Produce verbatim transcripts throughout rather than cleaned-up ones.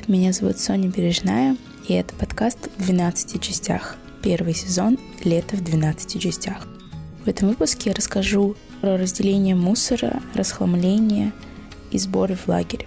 меня зовут Соня Бережная, и это подкаст в двенадцати частях. Первый сезон «Лето в двенадцати частях». В этом выпуске я расскажу про разделение мусора, расхламление и сборы в лагере.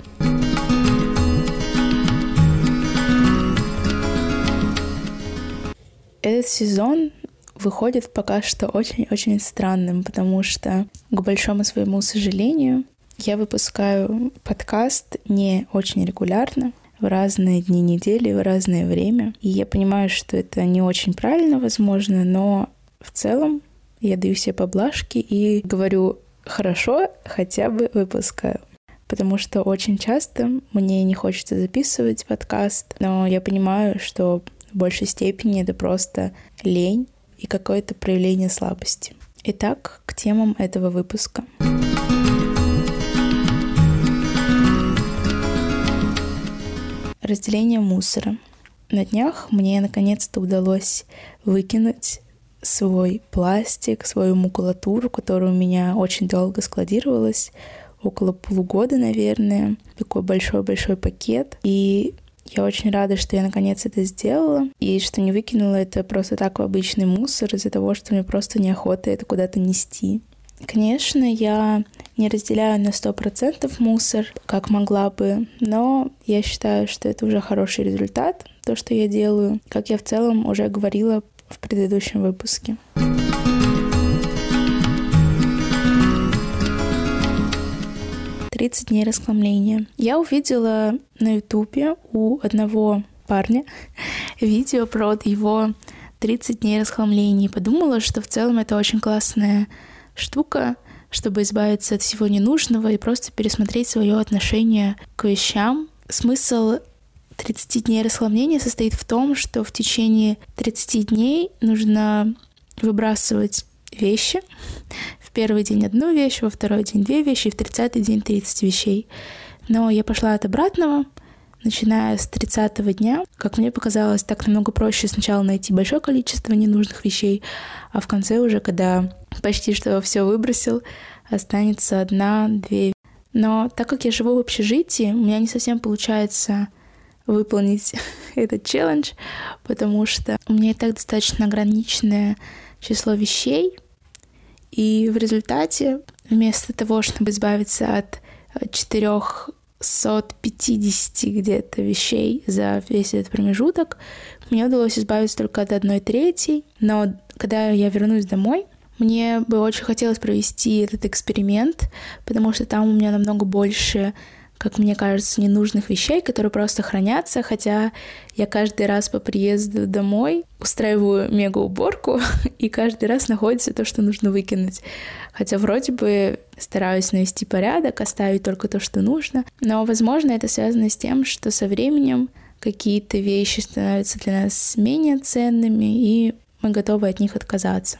Этот сезон выходит пока что очень-очень странным, потому что, к большому своему сожалению, я выпускаю подкаст не очень регулярно, в разные дни недели, в разное время. И я понимаю, что это не очень правильно, возможно, но в целом я даю себе поблажки и говорю: хорошо, хотя бы выпускаю. Потому что очень часто мне не хочется записывать подкаст, но я понимаю, что в большей степени это просто лень и какое-то проявление слабости. Итак, к темам этого выпуска. Разделение мусора. На днях мне наконец-то удалось выкинуть свой пластик, свою макулатуру, которая у меня очень долго складировалась, около полугода, наверное. Такой большой-большой пакет. И я очень рада, что я наконец это сделала, и что не выкинула это просто так в обычный мусор из-за того, что мне просто неохота это куда-то нести. Конечно, я не разделяю на сто процентов мусор, как могла бы, но я считаю, что это уже хороший результат, то, что я делаю, как я в целом уже говорила в предыдущем выпуске. тридцать дней расхламления. Я увидела на Ютубе у одного парня видео про его тридцать дней расхламления и подумала, что в целом это очень классная штука, чтобы избавиться от всего ненужного и просто пересмотреть свое отношение к вещам. Смысл тридцати дней расхламления состоит в том, что в течение тридцати дней нужно выбрасывать вещи. В первый день одну вещь, во второй день две вещи, и в тридцатый день тридцать вещей. Но я пошла от обратного. Начиная с тридцатого дня, как мне показалось, так намного проще сначала найти большое количество ненужных вещей, а в конце уже, когда почти что все выбросил, останется одна-две. Но так как я живу в общежитии, у меня не совсем получается выполнить этот челлендж, потому что у меня и так достаточно ограниченное число вещей, и в результате вместо того, чтобы избавиться от четырехсот пятидесяти где-то вещей за весь этот промежуток, мне удалось избавиться только от одной трети. Но когда я вернусь домой, мне бы очень хотелось провести этот эксперимент, потому что там у меня намного больше, как мне кажется, ненужных вещей, которые просто хранятся, хотя я каждый раз по приезду домой устраиваю мега-уборку, и каждый раз находится то, что нужно выкинуть. Хотя вроде бы стараюсь навести порядок, оставить только то, что нужно, но, возможно, это связано с тем, что со временем какие-то вещи становятся для нас менее ценными, и мы готовы от них отказаться.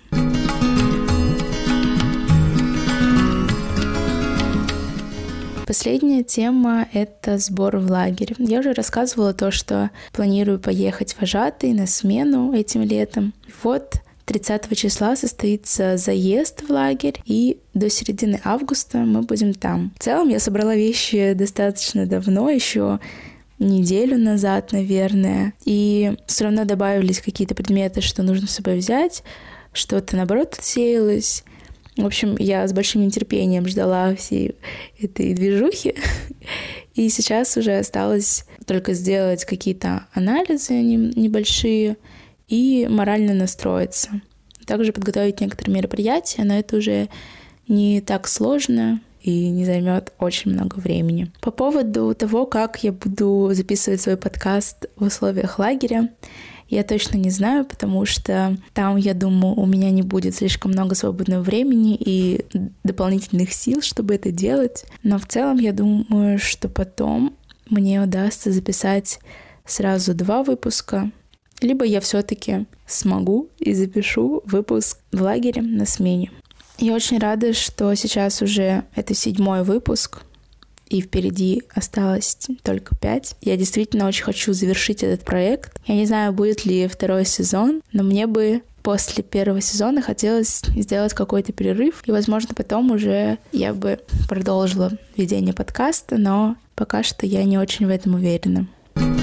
Последняя тема — это сбор в лагерь. Я уже рассказывала то, что планирую поехать вожатой на смену этим летом. Вот тридцатого числа состоится заезд в лагерь, и до середины августа мы будем там. В целом я собрала вещи достаточно давно, еще неделю назад, наверное, и все равно добавились какие-то предметы, что нужно с собой взять, что-то, наоборот, отсеялось. В общем, я с большим нетерпением ждала всей этой движухи, и сейчас уже осталось только сделать какие-то анализы небольшие и морально настроиться. Также подготовить некоторые мероприятия, но это уже не так сложно и не займет очень много времени. По поводу того, как я буду записывать свой подкаст в условиях лагеря, я точно не знаю, потому что там, я думаю, у меня не будет слишком много свободного времени и дополнительных сил, чтобы это делать. Но в целом я думаю, что потом мне удастся записать сразу два выпуска, либо я все-таки смогу и запишу выпуск в лагере на смене. Я очень рада, что сейчас уже это седьмой выпуск, и впереди осталось только пять. Я действительно очень хочу завершить этот проект. Я не знаю, будет ли второй сезон, но мне бы после первого сезона хотелось сделать какой-то перерыв, и, возможно, потом уже я бы продолжила ведение подкаста, но пока что я не очень в этом уверена.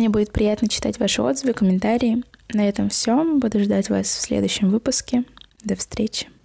Мне будет приятно читать ваши отзывы, комментарии. На этом все. Буду ждать вас в следующем выпуске. До встречи.